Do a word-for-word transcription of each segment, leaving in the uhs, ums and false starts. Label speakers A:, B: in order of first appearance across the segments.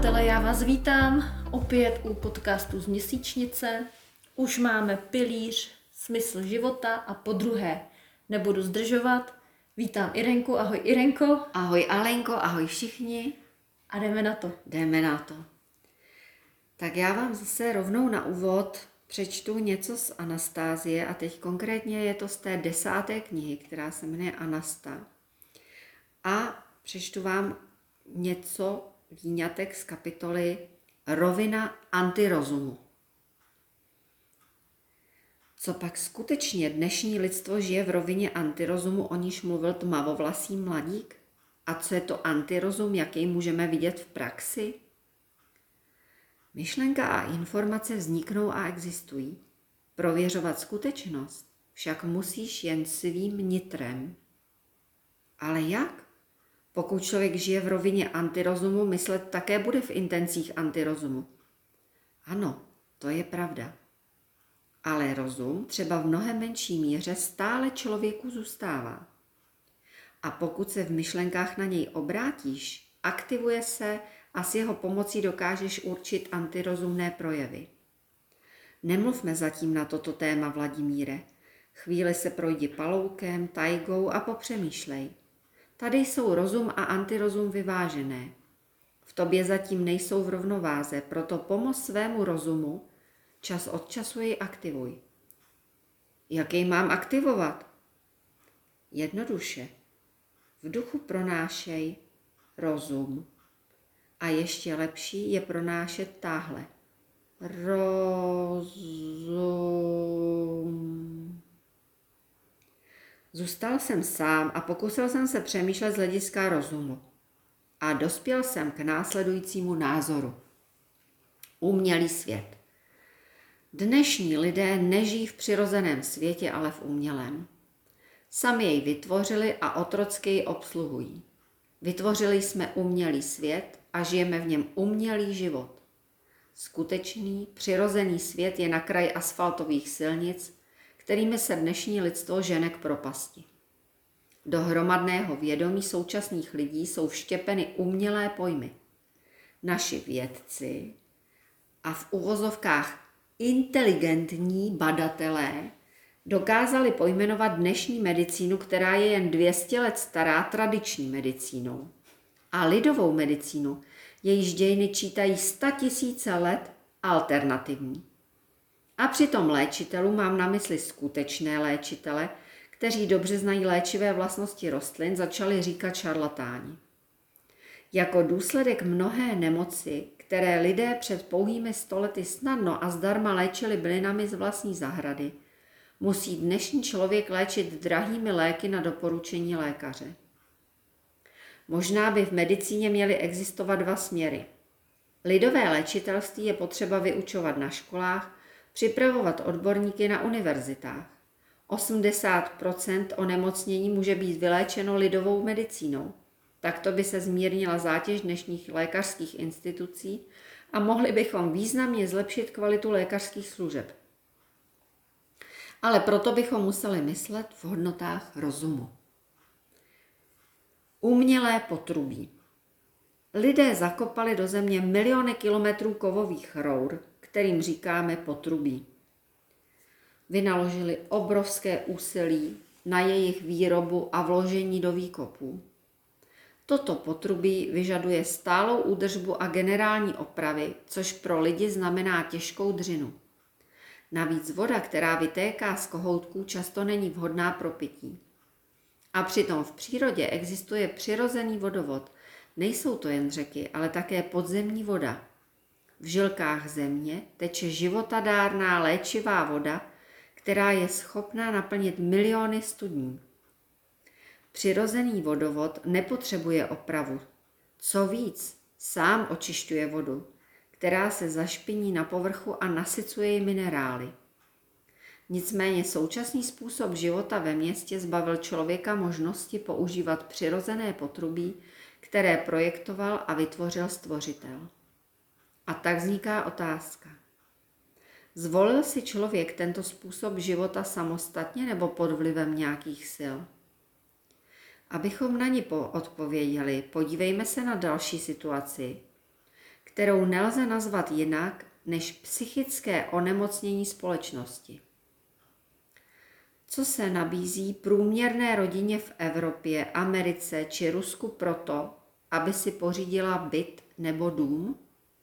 A: přátelé, já vás vítám opět u podcastu z Měsíčnice. Už máme pilíř, smysl života a po druhé nebudu zdržovat. Vítám Irenku, ahoj Irenko.
B: Ahoj Alenko, ahoj všichni.
A: A jdeme na to.
B: Jdeme na to. Tak já vám zase rovnou na úvod přečtu něco z Anastázie a teď konkrétně je to z té desáté knihy, která se jmenuje Anasta. A přečtu vám něco výňatek z kapitoly Rovina antirozumu. Co pak skutečně dnešní lidstvo žije v rovině antirozumu, o níž mluvil tmavovlasý mladík? A co je to antirozum, jak jej můžeme vidět v praxi? Myšlenka a informace vzniknou a existují. Prověřovat skutečnost však musíš jen svým nitrem. Ale jak? Pokud člověk žije v rovině antirozumu, myslet také bude v intencích antirozumu. Ano, to je pravda. Ale rozum třeba v mnohem menší míře stále člověku zůstává. A pokud se v myšlenkách na něj obrátíš, aktivuje se a s jeho pomocí dokážeš určit antirozumné projevy. Nemluvme zatím na toto téma, Vladimíre. Chvíli se projdi paloukem, tajgou a popřemýšlej. Tady jsou rozum a antirozum vyvážené. V tobě zatím nejsou v rovnováze, proto pomoz svému rozumu, čas od času jej aktivuj. Jak jej mám aktivovat? Jednoduše. V duchu pronášej rozum. A ještě lepší je pronášet táhle. Rozum. Zůstal jsem sám a pokusil jsem se přemýšlet z hlediska rozumu. A dospěl jsem k následujícímu názoru. Umělý svět. Dnešní lidé nežijí v přirozeném světě, ale v umělém. Sami jej vytvořili a otrocky jej obsluhují. Vytvořili jsme umělý svět a žijeme v něm umělý život. Skutečný, přirozený svět je na kraji asfaltových silnic, kterými se dnešní lidstvo žene k propasti. Do hromadného vědomí současných lidí jsou vštěpeny umělé pojmy. Naši vědci a v uvozovkách inteligentní badatelé dokázali pojmenovat dnešní medicínu, která je jen dvě stě let stará, tradiční medicínou. A lidovou medicínu, jejíž dějiny čítají statisíce let, alternativní. A přitom léčitelů mám na mysli skutečné léčitele, kteří dobře znají léčivé vlastnosti rostlin, začali říkat šarlatáni. Jako důsledek mnohé nemoci, které lidé před pouhými stolety snadno a zdarma léčili bylinami z vlastní zahrady, musí dnešní člověk léčit drahými léky na doporučení lékaře. Možná by v medicíně měly existovat dva směry. Lidové léčitelství je potřeba vyučovat na školách, připravovat odborníky na univerzitách. osmdesát procent onemocnění může být vyléčeno lidovou medicínou. Takto by se zmírnila zátěž dnešních lékařských institucí a mohli bychom významně zlepšit kvalitu lékařských služeb. Ale proto bychom museli myslet v hodnotách rozumu. Umělé potrubí. Lidé zakopali do země miliony kilometrů kovových rour, kterým říkáme potrubí. Vynaložili obrovské úsilí na jejich výrobu a vložení do výkopů. Toto potrubí vyžaduje stálou údržbu a generální opravy, což pro lidi znamená těžkou dřinu. Navíc voda, která vytéká z kohoutků, často není vhodná pro pití. A přitom v přírodě existuje přirozený vodovod. Nejsou to jen řeky, ale také podzemní voda. V žilkách země teče životadárná léčivá voda, která je schopná naplnit miliony studní. Přirozený vodovod nepotřebuje opravu. Co víc, sám očišťuje vodu, která se zašpiní na povrchu a nasycuje ji minerály. Nicméně současný způsob života ve městě zbavil člověka možnosti používat přirozené potrubí, které projektoval a vytvořil stvořitel. A tak vzniká otázka. Zvolil si člověk tento způsob života samostatně nebo pod vlivem nějakých sil? Abychom na ní odpověděli, podívejme se na další situaci, kterou nelze nazvat jinak než psychické onemocnění společnosti. Co se nabízí průměrné rodině v Evropě, Americe či Rusku proto, aby si pořídila byt nebo dům?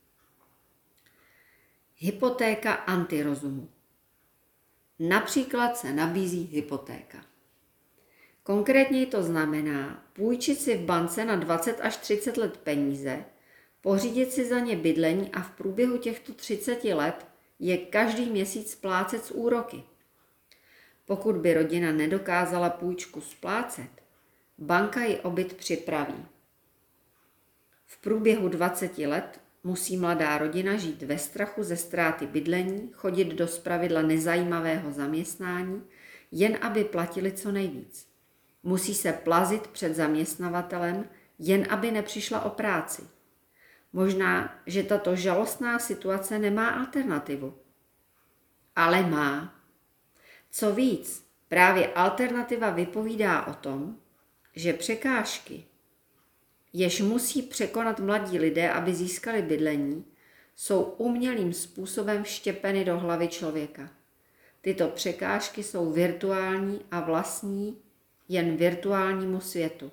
B: Hypotéka antirozumu. Například se nabízí hypotéka. Konkrétně to znamená půjčit si v bance na dvacet až třicet let peníze, pořídit si za ně bydlení a v průběhu těchto třiceti let je každý měsíc splácet s úroky. Pokud by rodina nedokázala půjčku splácet, banka ji o byt připraví. V průběhu dvaceti let musí mladá rodina žít ve strachu ze ztráty bydlení, chodit do zpravidla nezajímavého zaměstnání, jen aby platili co nejvíc. Musí se plazit před zaměstnavatelem, jen aby nepřišla o práci. Možná, že tato žalostná situace nemá alternativu. Ale má. Co víc, právě alternativa vypovídá o tom, že překážky, jež musí překonat mladí lidé, aby získali bydlení, jsou umělým způsobem vštěpeny do hlavy člověka. Tyto překážky jsou virtuální a vlastní jen virtuálnímu světu.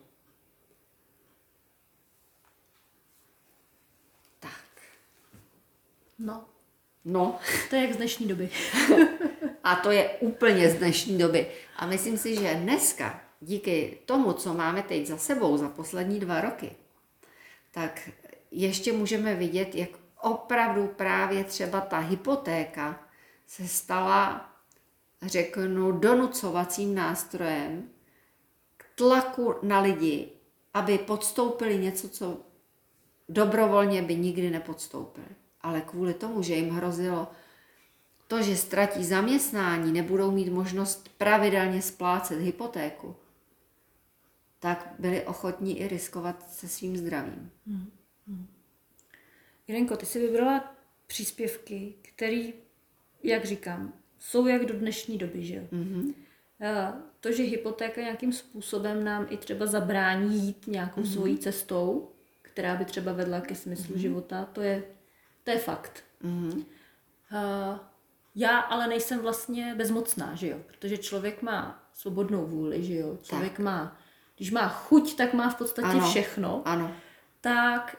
B: Tak.
A: No,
B: No.
A: to je jak z dnešní doby.
B: A to je úplně z dnešní doby. A myslím si, že dneska, díky tomu, co máme teď za sebou, za poslední dva roky, tak ještě můžeme vidět, jak opravdu právě třeba ta hypotéka se stala, řeknu, donucovacím nástrojem k tlaku na lidi, aby podstoupili něco, co dobrovolně by nikdy nepodstoupili. Ale kvůli tomu, že jim hrozilo to, že ztratí zaměstnání, nebudou mít možnost pravidelně splácet hypotéku, tak byli ochotní i riskovat se svým zdravím.
A: Hmm. Hmm. Jirenko, ty jsi vybrala příspěvky, které, jak říkám, jsou jak do dnešní doby, že jo?
B: Mm-hmm.
A: To, že hypotéka nějakým způsobem nám i třeba zabrání jít nějakou mm-hmm. svojí cestou, která by třeba vedla ke smyslu mm-hmm. života, to je, to je fakt.
B: Mm-hmm.
A: Já ale nejsem vlastně bezmocná, že jo? Protože člověk má svobodnou vůli, že jo? Člověk tak. má, když má chuť, tak má v podstatě
B: ano.
A: všechno.
B: Ano.
A: Tak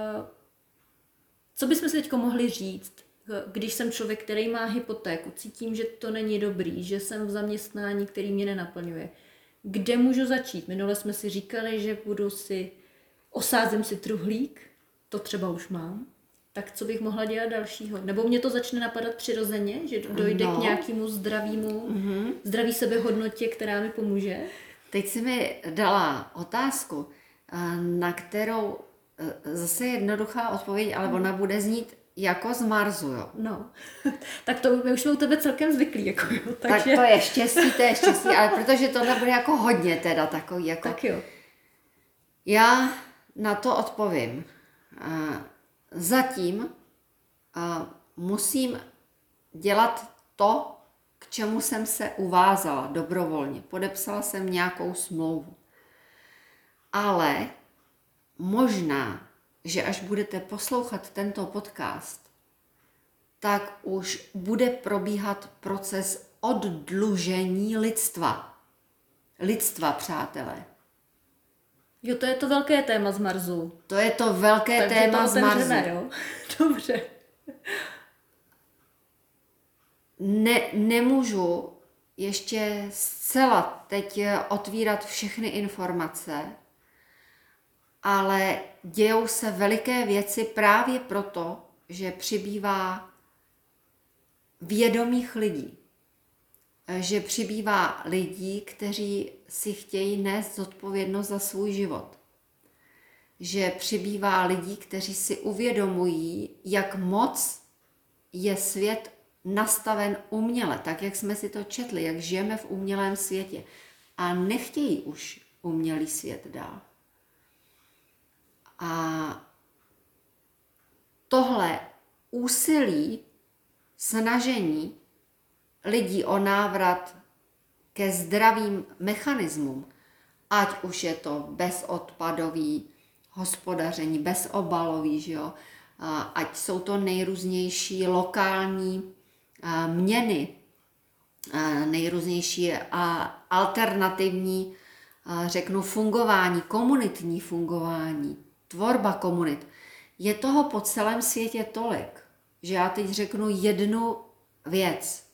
A: co bychom si teď mohli říct, když jsem člověk, který má hypotéku, cítím, že to není dobrý, že jsem v zaměstnání, který mě nenaplňuje. Kde můžu začít? Minule jsme si říkali, že budu si, osázím si truhlík, to třeba už mám. Tak co bych mohla dělat dalšího? Nebo mě to začne napadat přirozeně, že dojde no. k nějakému zdravému, mm-hmm. zdraví sebehodnotě, která mi pomůže?
B: Teď jsi mi dala otázku, na kterou zase jednoduchá odpověď, ale ona bude znít jako z Marsu, jo.
A: No, tak to my už jsme u tebe celkem zvyklí, jako jo. Takže...
B: Tak to je štěstí, to je štěstí, ale protože tohle bude jako hodně teda takový, jako...
A: Tak jo.
B: Já na to odpovím. Zatím musím dělat to, k čemu jsem se uvázala dobrovolně. Podepsala jsem nějakou smlouvu. Ale možná, že až budete poslouchat tento podcast, tak už bude probíhat proces oddlužení lidstva. Lidstva, přátelé.
A: Jo, to je to velké téma z Marsu.
B: To je to velké
A: Takže
B: téma
A: to
B: z Marsu.
A: Jo? Dobře.
B: Ne, nemůžu ještě zcela teď otvírat všechny informace, ale dějou se veliké věci právě proto, že přibývá vědomých lidí. Že přibývá lidí, kteří si chtějí nést zodpovědnost za svůj život. Že přibývá lidí, kteří si uvědomují, jak moc je svět nastaven uměle, tak jak jsme si to četli, jak žijeme v umělém světě. A nechtějí už umělý svět dál. A tohle úsilí, snažení lidí o návrat ke zdravým mechanismům, ať už je to bezodpadový hospodaření, bezobalový, že jo, ať jsou to nejrůznější lokální měny, nejrůznější alternativní, řeknu, fungování, komunitní fungování, tvorba komunit. Je toho po celém světě tolik, že já teď řeknu jednu věc.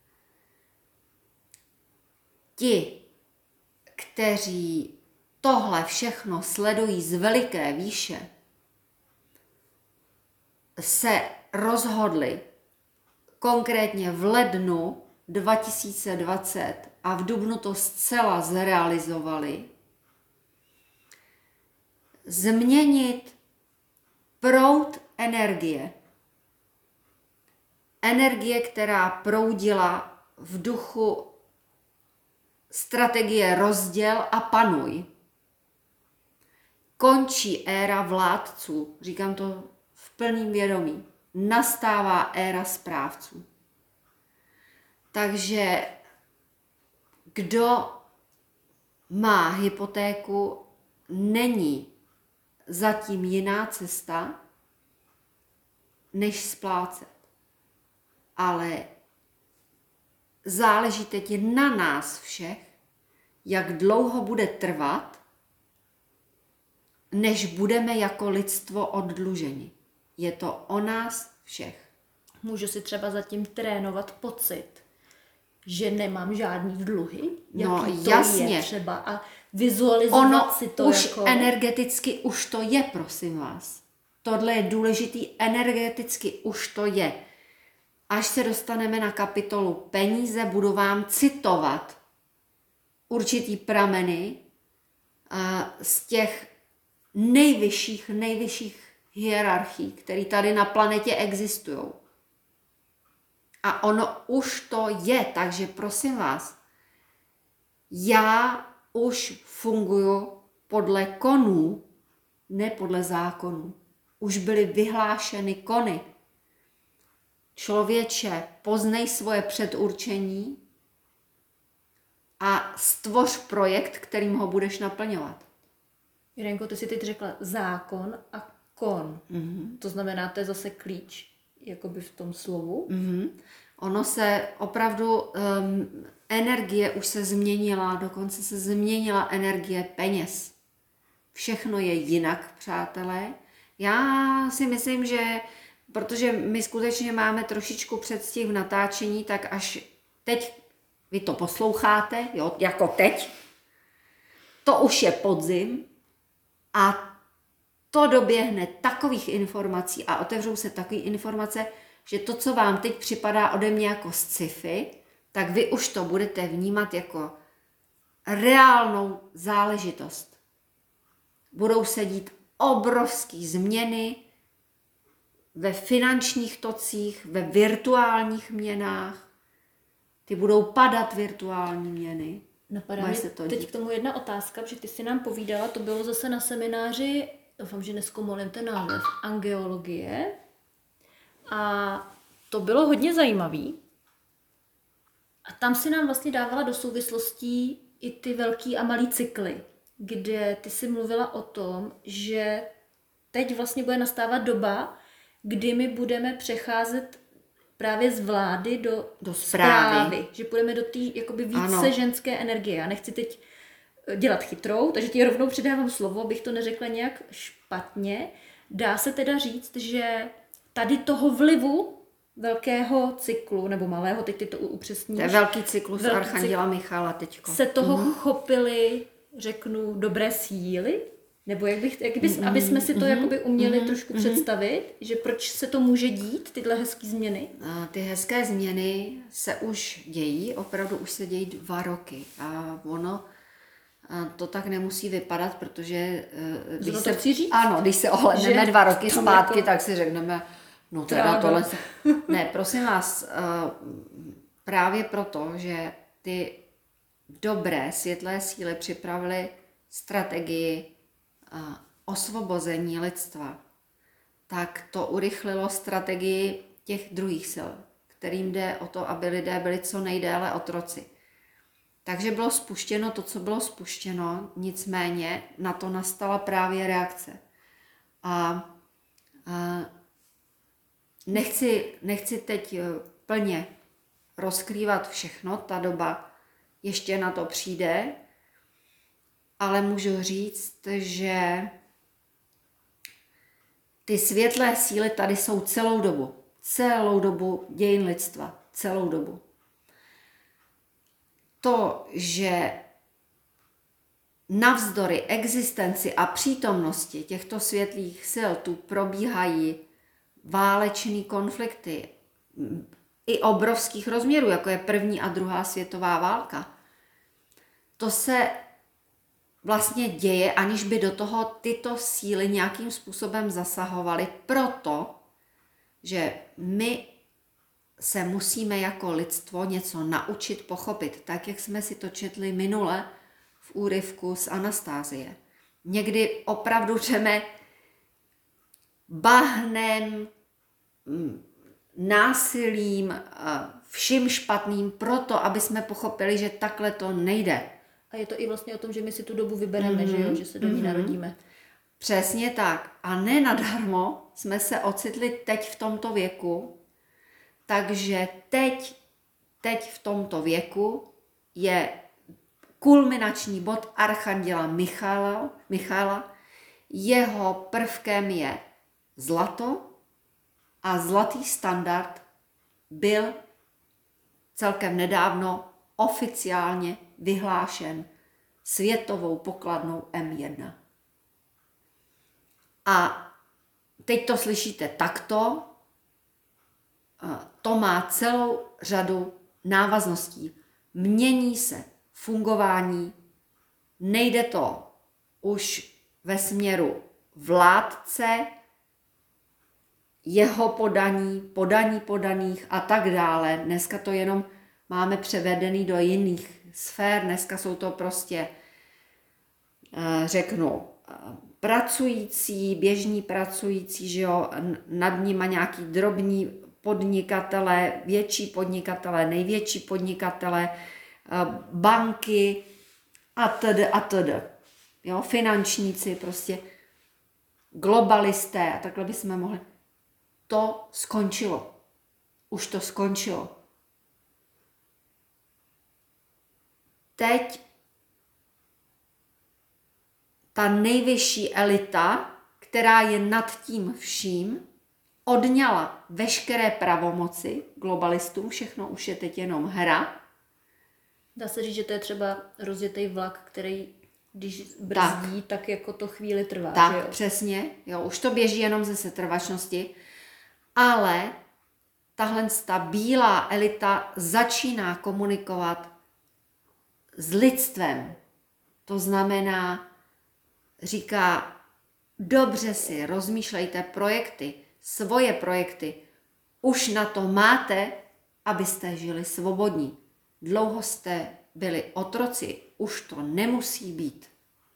B: Ti, kteří tohle všechno sledují z veliké výše, se rozhodli konkrétně v lednu dva tisíce dvacet a v dubnu to zcela zrealizovali, změnit proud energie. Energie, která proudila v duchu strategie rozděl a panuj. Končí éra vládců, říkám to v plném vědomí. Nastává éra správců. Takže kdo má hypotéku, není zatím jiná cesta, než splácet. Ale záleží teď na nás všech, jak dlouho bude trvat, než budeme jako lidstvo oddluženi. Je to o nás všech.
A: Můžu si třeba zatím trénovat pocit, že nemám žádný dluhy?
B: No
A: Jaký to
B: jasně.
A: je třeba a vizualizovat
B: ono
A: si to
B: už
A: jako...
B: energeticky už to je, prosím vás. Tohle je důležitý, energeticky už to je. Až se dostaneme na kapitolu peníze, budu vám citovat určitý prameny a z těch nejvyšších, nejvyšších hierarchií, které tady na planetě existují. A ono už to je, takže prosím vás, já už funguju podle konů, ne podle zákonů. Už byly vyhlášeny kony. Člověče, poznej svoje předurčení a stvoř projekt, kterým ho budeš naplňovat.
A: Jirenko, ty jsi teď řekla zákon a kon. Mm-hmm. To znamená, to je zase klíč, jakoby v tom slovu.
B: Mm-hmm. Ono se opravdu, um, energie už se změnila, dokonce se změnila energie peněz. Všechno je jinak, přátelé. Já si myslím, že protože my skutečně máme trošičku předstih v natáčení, tak až teď vy to posloucháte, jo, jako teď, to už je podzim a to doběhne takových informací a otevřou se takové informace, že to, co vám teď připadá ode mě jako sci-fi, tak vy už to budete vnímat jako reálnou záležitost. Budou se dít obrovské změny ve finančních tocích, ve virtuálních měnách. Ty budou padat virtuální měny.
A: Napadá mě teď k tomu jedna otázka, protože ty si nám povídala, to bylo zase na semináři, doufám, že nezkomolím ten název, angeologie. A to bylo hodně zajímavý. A tam si nám vlastně dávala do souvislostí i ty velký a malý cykly, kde ty si mluvila o tom, že teď vlastně bude nastávat doba, kdy my budeme přecházet právě z vlády do,
B: do správy. správy.
A: Že půjdeme do té jakoby více
B: ano.
A: ženské energie. Já nechci teď dělat chytrou, takže ti rovnou předávám slovo, abych to neřekla nějak špatně. Dá se teda říct, že tady toho vlivu velkého cyklu, nebo malého, teď ty to upřesníš.
B: To je velký cyklus velký Archanděla cykl, Michala teďko.
A: Se toho mm-hmm. chopily, řeknu, dobré síly? Nebo jak bych, jak bys, mm-hmm. aby jsme si to mm-hmm. jakoby uměli mm-hmm. trošku mm-hmm. představit, že proč se to může dít, tyhle hezké změny?
B: A ty hezké změny se už dějí, opravdu už se dějí dva roky. A ono a to tak nemusí vypadat, protože když
A: Zno
B: se,
A: to chci říct,
B: ano, když se ohledneme dva roky zpátky, jako tak si řekneme, no teda tohle... Ne, prosím vás, právě proto, že ty dobré světlé síly připravily strategii osvobození lidstva, tak to urychlilo strategii těch druhých sil, kterým jde o to, aby lidé byli co nejdéle otroci. Takže bylo spuštěno to, co bylo spuštěno, nicméně na to nastala právě reakce. A, a nechci, nechci teď plně rozkrývat všechno, ta doba ještě na to přijde, ale můžu říct, že ty světlé síly tady jsou celou dobu. Celou dobu dějin lidstva. Celou dobu. To, že navzdory existenci a přítomnosti těchto světlých sil tu probíhají válečné konflikty i obrovských rozměrů, jako je první a druhá světová válka, to se vlastně děje, aniž by do toho tyto síly nějakým způsobem zasahovaly, proto, že my se musíme jako lidstvo něco naučit pochopit, tak jak jsme si to četli minule v úryvku z Anastázie. Někdy opravdu jdeme bahnem, násilím, vším špatným proto, aby jsme pochopili, že takhle to nejde.
A: A je to i vlastně o tom, že my si tu dobu vybereme, mm-hmm. že jo? Že se do ní mm-hmm. narodíme.
B: Přesně tak. A ne nadarmo jsme se ocitli teď v tomto věku, takže teď, teď v tomto věku je kulminační bod archanděla Michaela, Michaela. Jeho prvkem je zlato a zlatý standard byl celkem nedávno oficiálně vyhlášen světovou pokladnou em jedna. A teď to slyšíte takto, to má celou řadu návazností. Mění se fungování, nejde to už ve směru vládce, jeho podaní, podaní podaných a tak dále. Dneska to jenom máme převedený do jiných sfér, dneska jsou to prostě, řeknu, pracující, běžní pracující, že jo, nad nima nějaký drobní podnikatelé, větší podnikatelé, největší podnikatelé, banky a td. a td. Jo, finančníci, prostě globalisté a takhle bychom mohli. To skončilo. Už to skončilo. Teď ta nejvyšší elita, která je nad tím vším, odňala veškeré pravomoci globalistům, všechno už je teď jenom hra.
A: Dá se říct, že to je třeba rozjetý vlak, který když brzdí, tak, tak jako to chvíli trvá.
B: Tak,
A: že jo?
B: Přesně. Jo, už to běží jenom ze setrvačnosti. Ale tahle ta bílá elita začíná komunikovat s lidstvem. To znamená, říká, dobře si rozmýšlejte projekty, svoje projekty. Už na to máte, abyste žili svobodní. Dlouho jste byli otroci, už to nemusí být.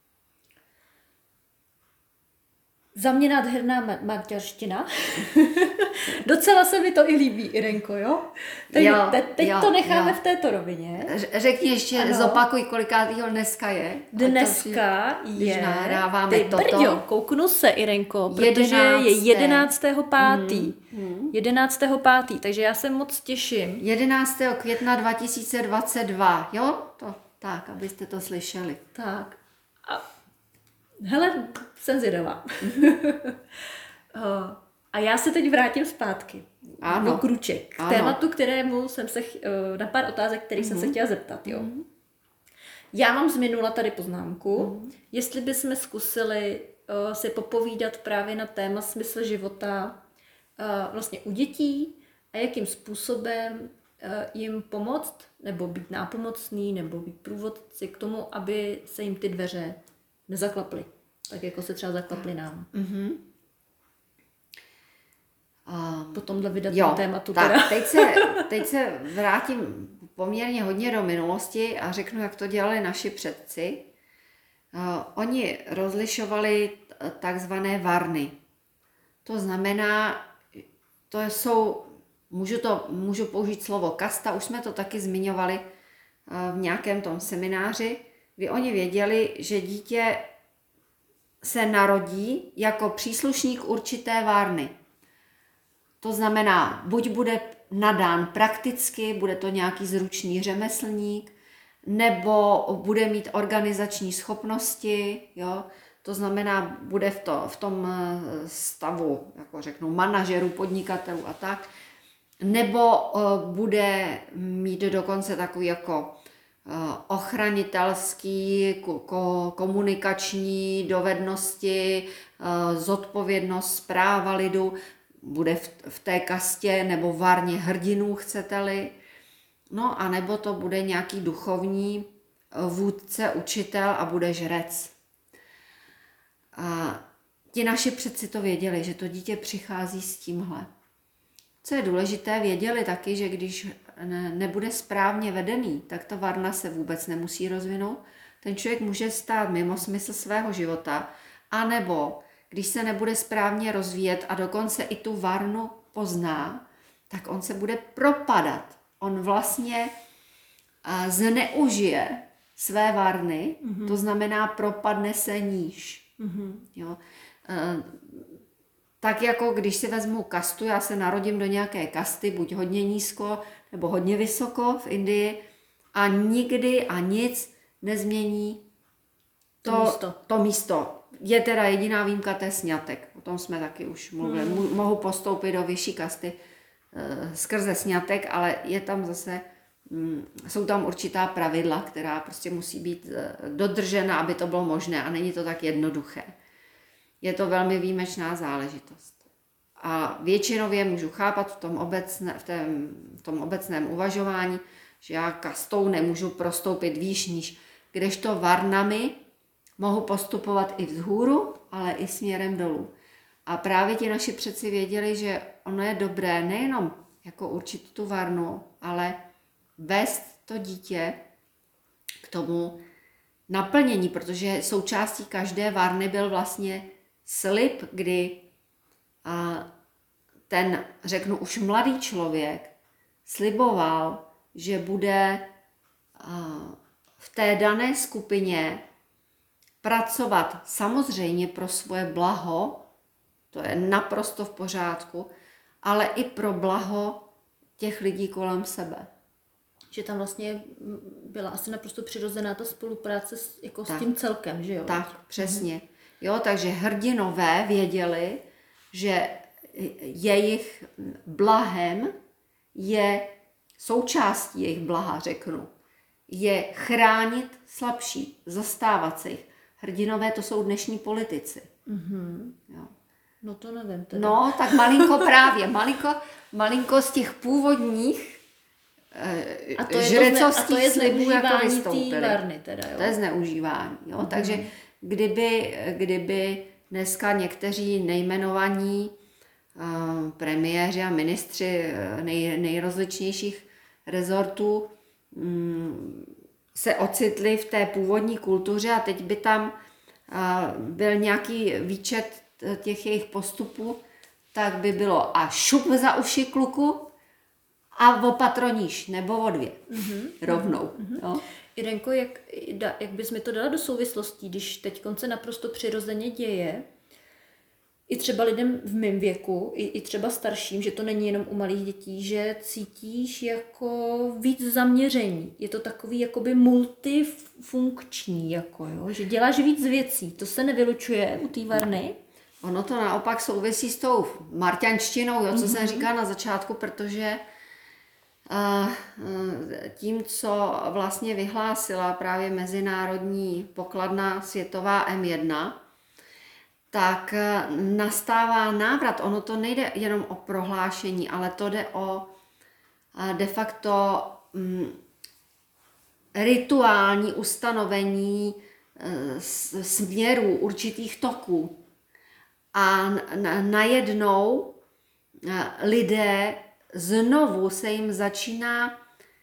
A: Za mě nádherná ma- maďarština. Docela se mi to i líbí, Irenko, jo? Teď,
B: jo,
A: te- teď
B: jo,
A: to necháme
B: jo.
A: v této rovině.
B: Řekni ještě, ano. Zopakuj, kolikátýho dneska je.
A: Dneska
B: to,
A: je...
B: nahráváme
A: ty
B: toto.
A: brďo, kouknu se, Irenko, protože
B: jedenácté.
A: je jedenáctého pátý
B: Hmm.
A: jedenáctého pátý takže já se moc těším.
B: jedenáctého května dva tisíce dvacet dva, jo? To, tak, abyste to slyšeli.
A: Tak. A, hele, jsem zvědavá. A já se teď vrátím zpátky.
B: Ano.
A: Do kruček. K
B: Ano.
A: tématu, kterému jsem se, ch- na pár otázek, který mm-hmm. jsem se chtěla zeptat, jo. Mm-hmm. Já mám z minula tady poznámku, mm-hmm. jestli bychom zkusili uh, si popovídat právě na téma smysl života uh, vlastně u dětí a jakým způsobem uh, jim pomoct, nebo být nápomocný, nebo být průvodci k tomu, aby se jim ty dveře nezaklaply. Tak jako se třeba zaklaply nám.
B: Mm-hmm. Um,
A: Po tomhle vydatém
B: jo,
A: tématu.
B: Tak,
A: teda.
B: teď, se, teď se vrátím poměrně hodně do minulosti a řeknu, jak to dělali naši předci. Uh, oni rozlišovali takzvané varny. To znamená, to jsou, můžu, to, můžu použít slovo kasta, už jsme to taky zmiňovali uh, v nějakém tom semináři, kdy oni věděli, že dítě se narodí jako příslušník určité varny. To znamená, buď bude nadán prakticky, bude to nějaký zručný řemeslník, nebo bude mít organizační schopnosti, jo? To znamená, bude v, to, v tom stavu, jako řeknu, manažerů, podnikatelů a tak, nebo uh, bude mít dokonce takový jako uh, ochranitelský, ko, komunikační dovednosti, uh, zodpovědnost, správa lidu, bude v, v té kastě nebo varně hrdinů, chcete-li. No a nebo to bude nějaký duchovní vůdce, učitel a bude žrec. A ti naši předci to věděli, že to dítě přichází s tímhle. Co je důležité, věděli taky, že když ne, nebude správně vedený, tak ta varna se vůbec nemusí rozvinout. Ten člověk může stát mimo smysl svého života, anebo když se nebude správně rozvíjet a dokonce i tu varnu pozná, tak on se bude propadat. On vlastně a, zneužije své varny, mm-hmm. to znamená propadne se níž. Mm-hmm. Jo. E, tak jako když si vezmu kastu, já se narodím do nějaké kasty, buď hodně nízko nebo hodně vysoko v Indii a nikdy a nic nezmění to,
A: to místo.
B: To místo. Je teda jediná výjimka, to je sňatek. O tom jsme taky už mluvili. Mm. Mohu postoupit do vyšší kasty e, skrze sňatek, ale je tam zase, mm, jsou tam určitá pravidla, která prostě musí být e, dodržena, aby to bylo možné a není to tak jednoduché. Je to velmi výjimečná záležitost. A většinově můžu chápat v tom, obecne, v tém, v tom obecném uvažování, že já kastou nemůžu prostoupit výš níž, kdežto varnami mohu postupovat i vzhůru, ale i směrem dolů. A právě ti naši předci věděli, že ono je dobré nejenom jako určit tu varnu, ale vést to dítě k tomu naplnění, protože součástí každé varny byl vlastně slib, kdy a, ten, řeknu už mladý člověk, sliboval, že bude a, v té dané skupině pracovat samozřejmě pro svoje blaho, to je naprosto v pořádku, ale i pro blaho těch lidí kolem sebe.
A: Že tam vlastně byla asi naprosto přirozená ta spolupráce s, jako
B: tak,
A: s tím celkem, že jo?
B: Tak, přesně. Mhm. Jo, takže hrdinové věděli, že jejich blahem je součástí jejich blaha, řeknu, je chránit slabší, zastávat se jich. Hrdinové to jsou dnešní politici.
A: Mm-hmm.
B: Jo.
A: No to nevím teda.
B: No, tak malinko právě, malinko, malinko z těch původních
A: a to
B: žrecovských slibů jako
A: vystoupili. Varny teda, jo?
B: To je zneužívání. Jo? Mm-hmm. Takže kdyby, kdyby dneska někteří nejmenovaní uh, premiéři a ministři nej, nejrozličnějších rezortů um, se ocitli v té původní kultuře a teď by tam uh, byl nějaký výčet těch jejich postupů, tak by bylo a šup za uši kluku a opatroníš, nebo o dvě. Mm-hmm. Rovnou. Mm-hmm. Jo?
A: Irenko, jak, jak bys mi to dala do souvislostí, když teď se naprosto přirozeně děje, i třeba lidem v mém věku, i, i třeba starším, že to není jenom u malých dětí, že cítíš jako víc zaměření. Je to takový jakoby multifunkční, jako, jo? Že děláš víc věcí. To se nevylučuje u té varny?
B: Ono to naopak souvisí s tou marťanštinou, jo, co mm-hmm. jsem říkala na začátku, protože uh, tím, co vlastně vyhlásila právě Mezinárodní pokladna světová M jedna, tak nastává návrat. Ono to nejde jenom o prohlášení, ale to jde o de facto um, rituální ustanovení uh, směrů určitých toků. A najednou lidé znovu se jim začíná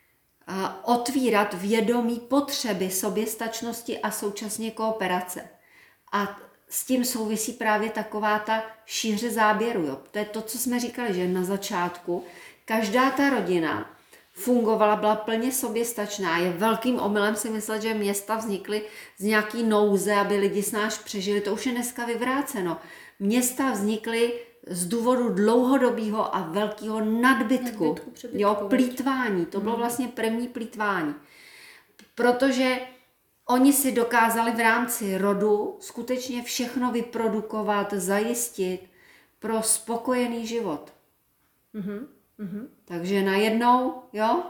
B: otvírat vědomí potřeby soběstačnosti a současně kooperace. A s tím souvisí právě taková ta šíře záběru. Jo. To je to, co jsme říkali, že na začátku každá ta rodina fungovala, byla plně soběstačná. Je velkým omylem si myslet, že města vznikly z nějaký nouze, aby lidi s náš přežili. To už je dneska vyvráceno. Města vznikly z důvodu dlouhodobého a velkého nadbytku.
A: Nadbytku, přebytku,
B: jo, plýtvání. To bylo vlastně první plýtvání. Protože oni si dokázali v rámci rodu skutečně všechno vyprodukovat, zajistit pro spokojený život.
A: Mhm. Mhm.
B: Takže najednou, jo,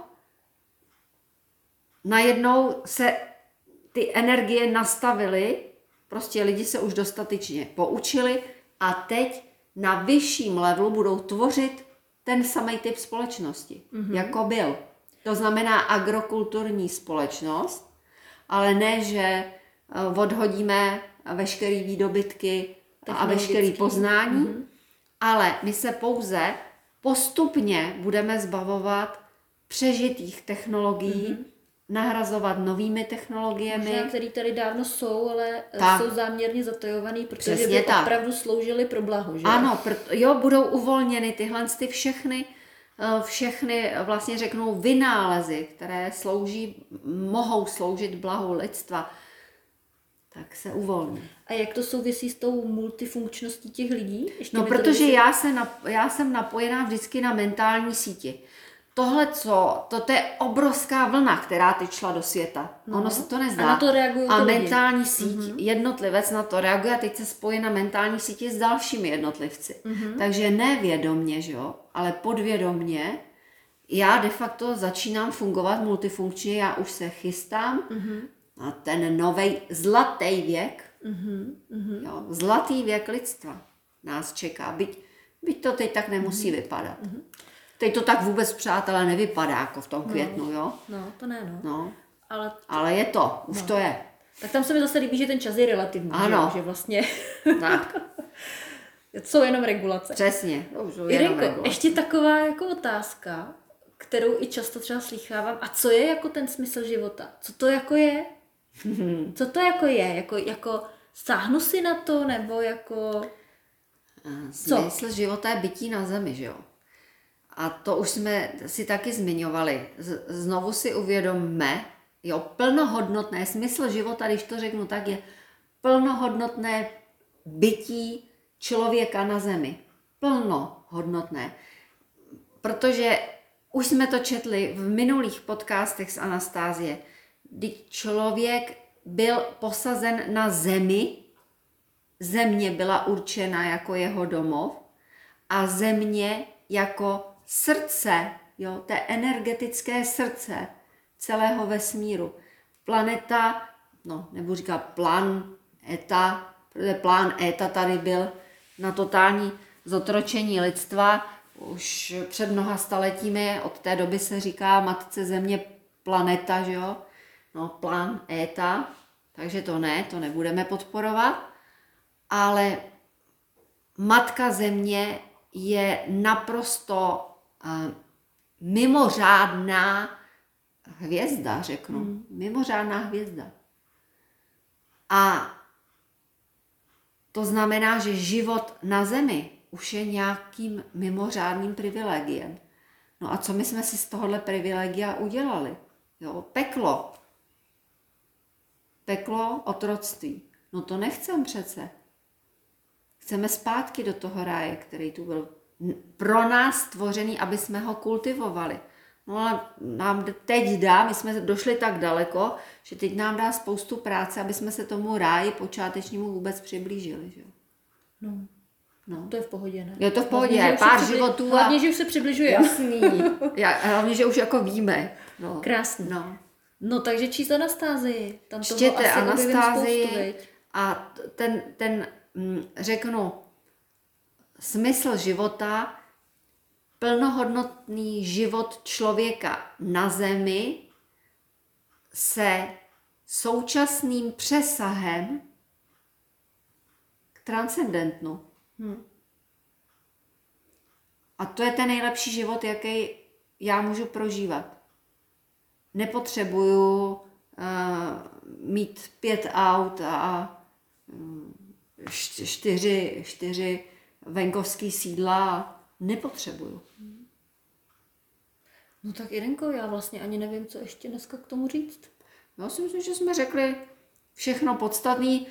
B: najednou se ty energie nastavily, prostě lidi se už dostatečně poučili a teď na vyšším levelu budou tvořit ten samý typ společnosti, mm-hmm. jako byl. To znamená agrokulturní společnost, ale ne, že odhodíme veškeré výdobytky a veškeré poznání, mm-hmm. ale my se pouze postupně budeme zbavovat přežitých technologií, mm-hmm. nahrazovat novými technologiemi.
A: Možná, které tady dávno jsou, ale
B: tak.
A: jsou záměrně zatajovaný, protože
B: Přesně
A: by
B: tak.
A: opravdu sloužily pro blaho. Že?
B: Ano, proto, jo, budou uvolněny tyhle ty všechny, všechny vlastně řeknou vynálezy, které slouží, mohou sloužit blahu lidstva, tak se uvolní.
A: A jak to souvisí s tou multifunkčností těch lidí? Ještě
B: no, protože
A: vysvět...
B: já, se nap, já jsem napojená vždycky na mentální síti. Tohle, co, to, to je obrovská vlna, která teď šla do světa. No. Ono se to nezdá.
A: A na to reagují
B: A
A: to lidi.
B: mentální síť,
A: mm-hmm.
B: jednotlivec na to reaguje a teď se spojí na mentální síti s dalšími jednotlivci. Mm-hmm. Takže nevědomně, že jo, ale podvědomně já de facto začínám fungovat multifunkčně, já už se chystám mm-hmm. na ten novej zlatý věk, mm-hmm. jo, zlatý věk lidstva nás čeká, byť, byť to teď tak nemusí mm-hmm. vypadat. Mm-hmm. Teď to tak vůbec, přátelé, nevypadá jako v tom květnu,
A: no,
B: jo?
A: No, to ne, no.
B: no.
A: Ale,
B: Ale je to, už
A: no.
B: to je.
A: Tak tam se mi zase líbí, že ten čas je relativní,
B: ano.
A: Že, že vlastně
B: tak.
A: jsou jenom regulace.
B: Přesně.
A: Irenko, ještě taková jako otázka, kterou i často třeba slýchávám. A co je jako ten smysl života? Co to jako je? Co to jako je? Jako, jako sáhnu si na to, nebo jako...
B: Smysl co? Života je bytí na zemi, že jo? A to už jsme si taky zmiňovali. Z, znovu si uvědomme, jo, plnohodnotné smysl života, když to řeknu tak, je plnohodnotné bytí člověka na zemi. Plnohodnotné. Protože už jsme to četli v minulých podcastech z Anastázie, kdy člověk byl posazen na zemi, země byla určena jako jeho domov a země jako srdce, jo, té energetické srdce celého vesmíru. Planeta, no, nebudu říkat plán eta, protože plán eta tady byl na totální zotročení lidstva. Už před mnoha staletími, od té doby se říká matce země planeta, že jo? No, plán eta, takže to ne, to nebudeme podporovat. Ale matka země je naprosto uh, mimořádná hvězda, řeknu. Hmm. Mimořádná hvězda. A to znamená, že život na zemi už je nějakým mimořádným privilegiem. No a co my jsme si z tohohle privilegia udělali? Jo, peklo. Peklo otroctví. No to nechcem přece. Chceme zpátky do toho ráje, který tu byl pro nás stvořený, aby jsme ho kultivovali. No ale nám teď dá, my jsme došli tak daleko, že teď nám dá spoustu práce, aby jsme se tomu ráji počátečnímu vůbec přiblížili. Že?
A: No.
B: No.
A: To je v pohodě, ne?
B: Je to v pohodě,
A: hlavně,
B: pár
A: přibli...
B: životů. A...
A: Hlavně, že už se přibližuje.
B: Jasný. Já, hlavně, že už jako víme. No.
A: Krásný.
B: No.
A: no takže číst Anastázii. Tam toho
B: Čtěte
A: asi
B: Anastázii
A: spoustu,
B: a ten, ten řeknu, smysl života, plnohodnotný život člověka na zemi se současným přesahem k transcendentnu. Hmm. A to je ten nejlepší život, jaký já můžu prožívat. Nepotřebuju uh, mít pět aut a um, čtyři, čtyři venkovský sídla. Nepotřebuju.
A: No tak Irenko, já vlastně ani nevím, co ještě dneska k tomu říct.
B: Já si myslím, že jsme řekli všechno podstatné.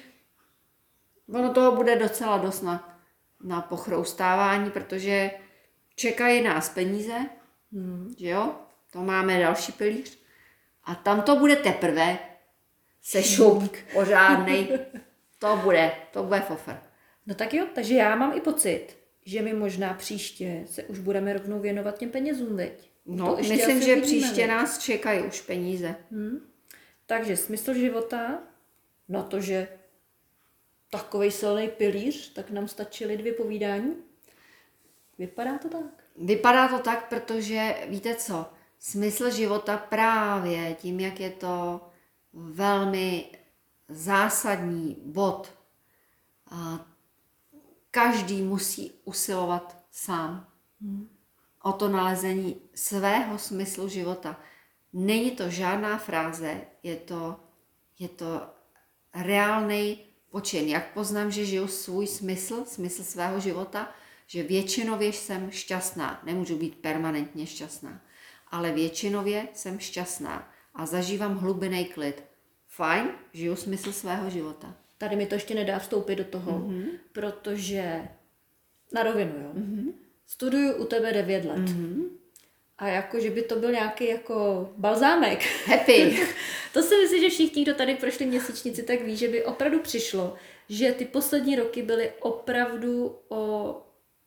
B: Ono toho bude docela dost na, na pochroustávání, protože čekají nás peníze, hmm. že jo? To máme další pilíř. A tam to bude teprve se šup pořádnej. To bude, to bude fofr.
A: No tak jo, takže já mám i pocit, že my možná příště se už budeme rovnou věnovat těm penězům, veď?
B: No, myslím, že příště nás čekají už peníze.
A: Hmm. Takže smysl života, na to, že takovej silný pilíř, tak nám stačily dvě povídání. Vypadá to tak?
B: Vypadá to tak, protože víte co, smysl života právě tím, jak je to velmi zásadní bod, a každý musí usilovat sám hmm. o to nalezení svého smyslu života. Není to žádná fráze, je to, je to reálný počin. Jak poznám, že žiju svůj smysl, smysl svého života, že většinově jsem šťastná. Nemůžu být permanentně šťastná, ale většinově jsem šťastná a zažívám hlubinný klid. Fajn, žiju smysl svého života.
A: Tady mi to ještě nedá vstoupit do toho, mm-hmm. protože na rovinu, jo. Mm-hmm. Studuju u tebe devět let. Mm-hmm. A jako, že by to byl nějaký jako balzámek.
B: Happy.
A: To si myslím, že všichni, kdo tady prošli měsíčnici, tak ví, že by opravdu přišlo, že ty poslední roky byly opravdu o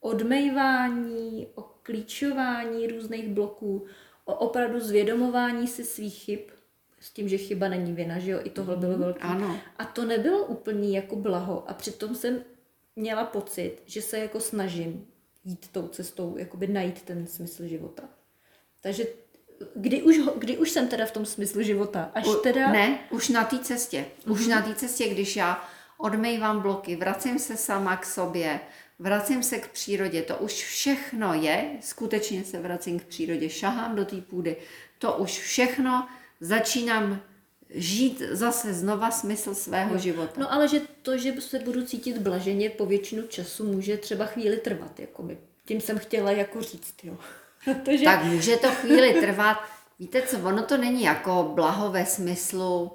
A: odmejvání, o klíčování různých bloků, o opravdu zvědomování si svých chyb, s tím, že chyba není vina, že jo, i tohle bylo velký.
B: Ano.
A: A to nebylo úplný jako blaho a přitom jsem měla pocit, že se jako snažím jít tou cestou, jakoby najít ten smysl života. Takže kdy už, kdy už jsem teda v tom smyslu života? Až
B: U,
A: teda... Ne,
B: už na té cestě. Už mm-hmm. na té cestě, když já odmejvám bloky, vracím se sama k sobě, vracím se k přírodě, to už všechno je, skutečně se vracím k přírodě, šahám do té půdy, to už všechno začínám žít zase znova smysl svého
A: no. života. No ale že to, že se budu cítit blaženě po většinu času, může třeba chvíli trvat, jakoby. Tím jsem chtěla jako říct, jo. Protože...
B: Tak může to chvíli trvat. Víte co, ono to není jako blaho ve smyslu,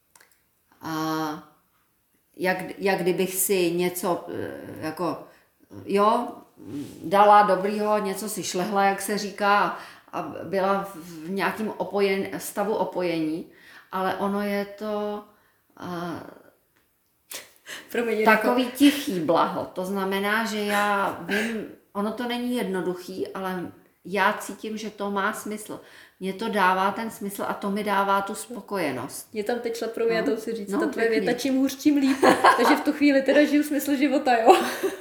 B: a jak, jak kdybych si něco jako, jo, dala dobrýho, něco si šlehla, jak se říká, a byla v nějakém opojen, stavu opojení, ale ono je to a,
A: Promiň,
B: takový jako... tichý blaho. To znamená, že já vím, ono to není jednoduchý, ale já cítím, že to má smysl. Mně to dává ten smysl a to mi dává tu spokojenost.
A: Mě tam teď šla pro mě, no, já to si říct,
B: no,
A: ta tvoje věta, čím hůř, tím líp. Takže v tu chvíli teda žiju smysl života, jo.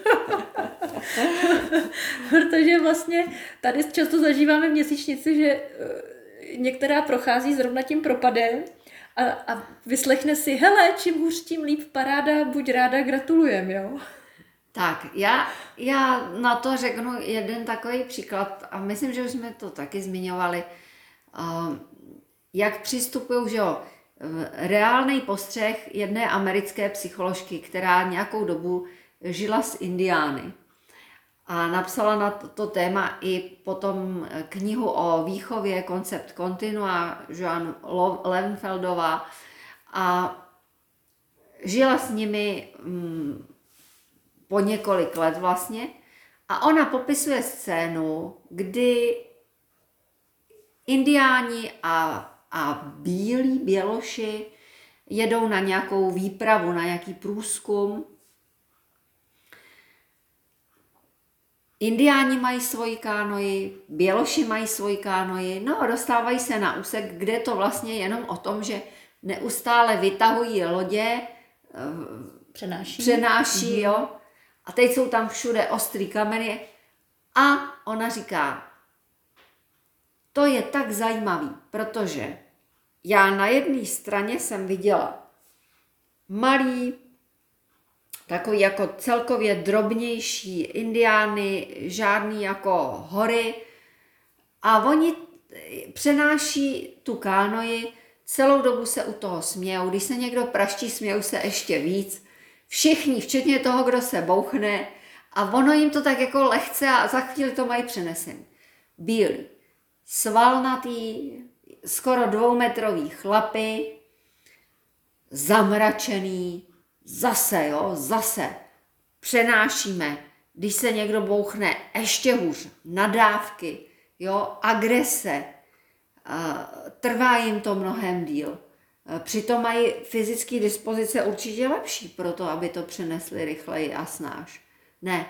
A: Protože vlastně tady často zažíváme v měsíčnici, že některá prochází zrovna tím propadem a, a vyslechne si, hele, čím hůř, tím líp, paráda, buď ráda, gratulujem, jo.
B: Tak, já, já na to řeknu jeden takový příklad a myslím, že už jsme to taky zmiňovali, uh, jak přistupují, že jo, reálný postřeh jedné americké psycholožky, která nějakou dobu žila s Indiány a napsala na to, to téma i potom knihu o výchově, koncept kontinua, Joan Levenfeldová, a žila s nimi um, po několik let vlastně a ona popisuje scénu, kdy Indiáni a, a bílí běloši jedou na nějakou výpravu, na nějaký průzkum. Indiáni mají svoji kánoji, běloši mají svoji kánoji, no a dostávají se na úsek, kde to vlastně jenom o tom, že neustále vytahují lodě,
A: přenáší,
B: přenáší mm-hmm. jo. A teď jsou tam všude ostrý kameny a ona říká, to je tak zajímavý, protože já na jedné straně jsem viděla malý, takový jako celkově drobnější Indiány, žádný jako hory a oni přenáší tu kánoji, celou dobu se u toho smějou, když se někdo praští, smějou se ještě víc, všichni, včetně toho, kdo se bouchne a ono jim to tak jako lehce a za chvíli to mají přenesen. Bílí. svalnatý, skoro dvoumetrový chlapy, zamračený, zase, jo, zase přenášíme, když se někdo bouchne, ještě hůř, nadávky, jo, agrese, trvá jim to mnohem díl. Přitom mají fyzické dispozice určitě lepší pro to, aby to přenesli rychleji a snáš. Ne,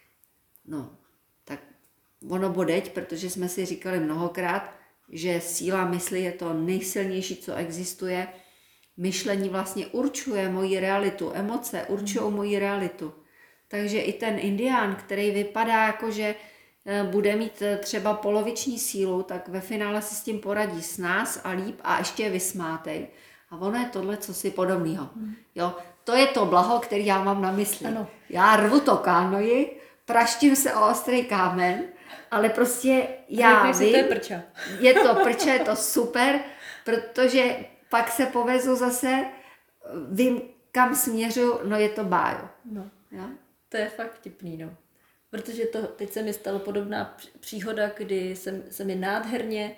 B: no, tak ono bodeť, protože jsme si říkali mnohokrát, že síla mysli je to nejsilnější, co existuje. Myšlení vlastně určuje moji realitu, emoce určují moji realitu. Takže i ten indián, který vypadá jako, že bude mít třeba poloviční sílu, tak ve finále si s tím poradí s nás a líp a ještě je vysmátej. A ono je tohle, co si podobného. Jo, to je to blaho, který já mám na mysli.
A: Ano.
B: Já rvu to kánoji, praštím se o ostrý kámen, ale prostě já vím,
A: si, to je prča.
B: je to prče, je to super, protože pak se povezu zase, vím, kam směřuju, no je to bájo.
A: No,
B: jo?
A: To je fakt vtipný, no. Protože to, teď se mi stala podobná příhoda, kdy jsem, se mi nádherně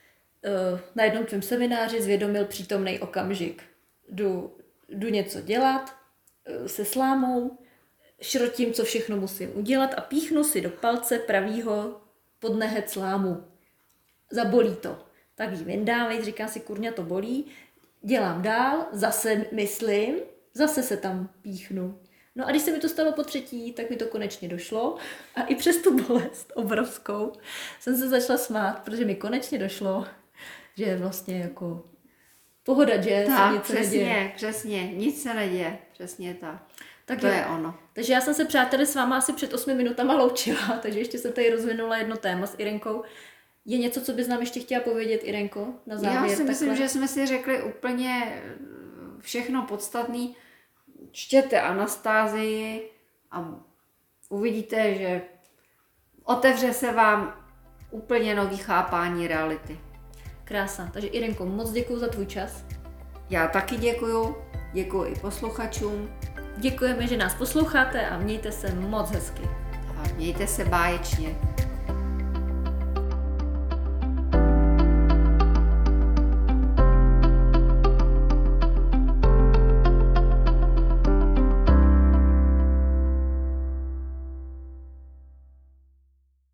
A: uh, na jednom tvém semináři zvědomil přítomný okamžik. Jdu, jdu něco dělat uh, se slámou, šrotím, co všechno musím udělat a píchnu si do palce pravýho pod nehet slámu. Zabolí to. Tak ji vyndám, říkám si, kurňa, to bolí. Dělám dál, zase myslím, zase se tam píchnu. No a když se mi to stalo po třetí, tak mi to konečně došlo a i přes tu bolest obrovskou jsem se začala smát, protože mi konečně došlo, že je vlastně jako pohoda, že
B: tak,
A: se nic
B: přesně,
A: neděje.
B: přesně, nic se neděje, přesně tak.
A: Tak
B: to
A: jo.
B: je ono.
A: Takže já jsem se, přátelé, s váma asi před osmi minutama loučila, takže ještě jsem tady rozvinula jedno téma s Irenkou. Je něco, co bys nám ještě chtěla povědět, Irenko, na závěr?
B: Já si myslím,
A: takhle?
B: že jsme si řekli úplně všechno podstatné. Čtěte Anastázii a uvidíte, že otevře se vám úplně nový chápání reality.
A: Krása. Takže Irenko, moc děkuju za tvůj čas.
B: Já taky děkuju, děkuju i posluchačům.
A: Děkujeme, že nás posloucháte a mějte se moc hezky.
B: A mějte se báječně.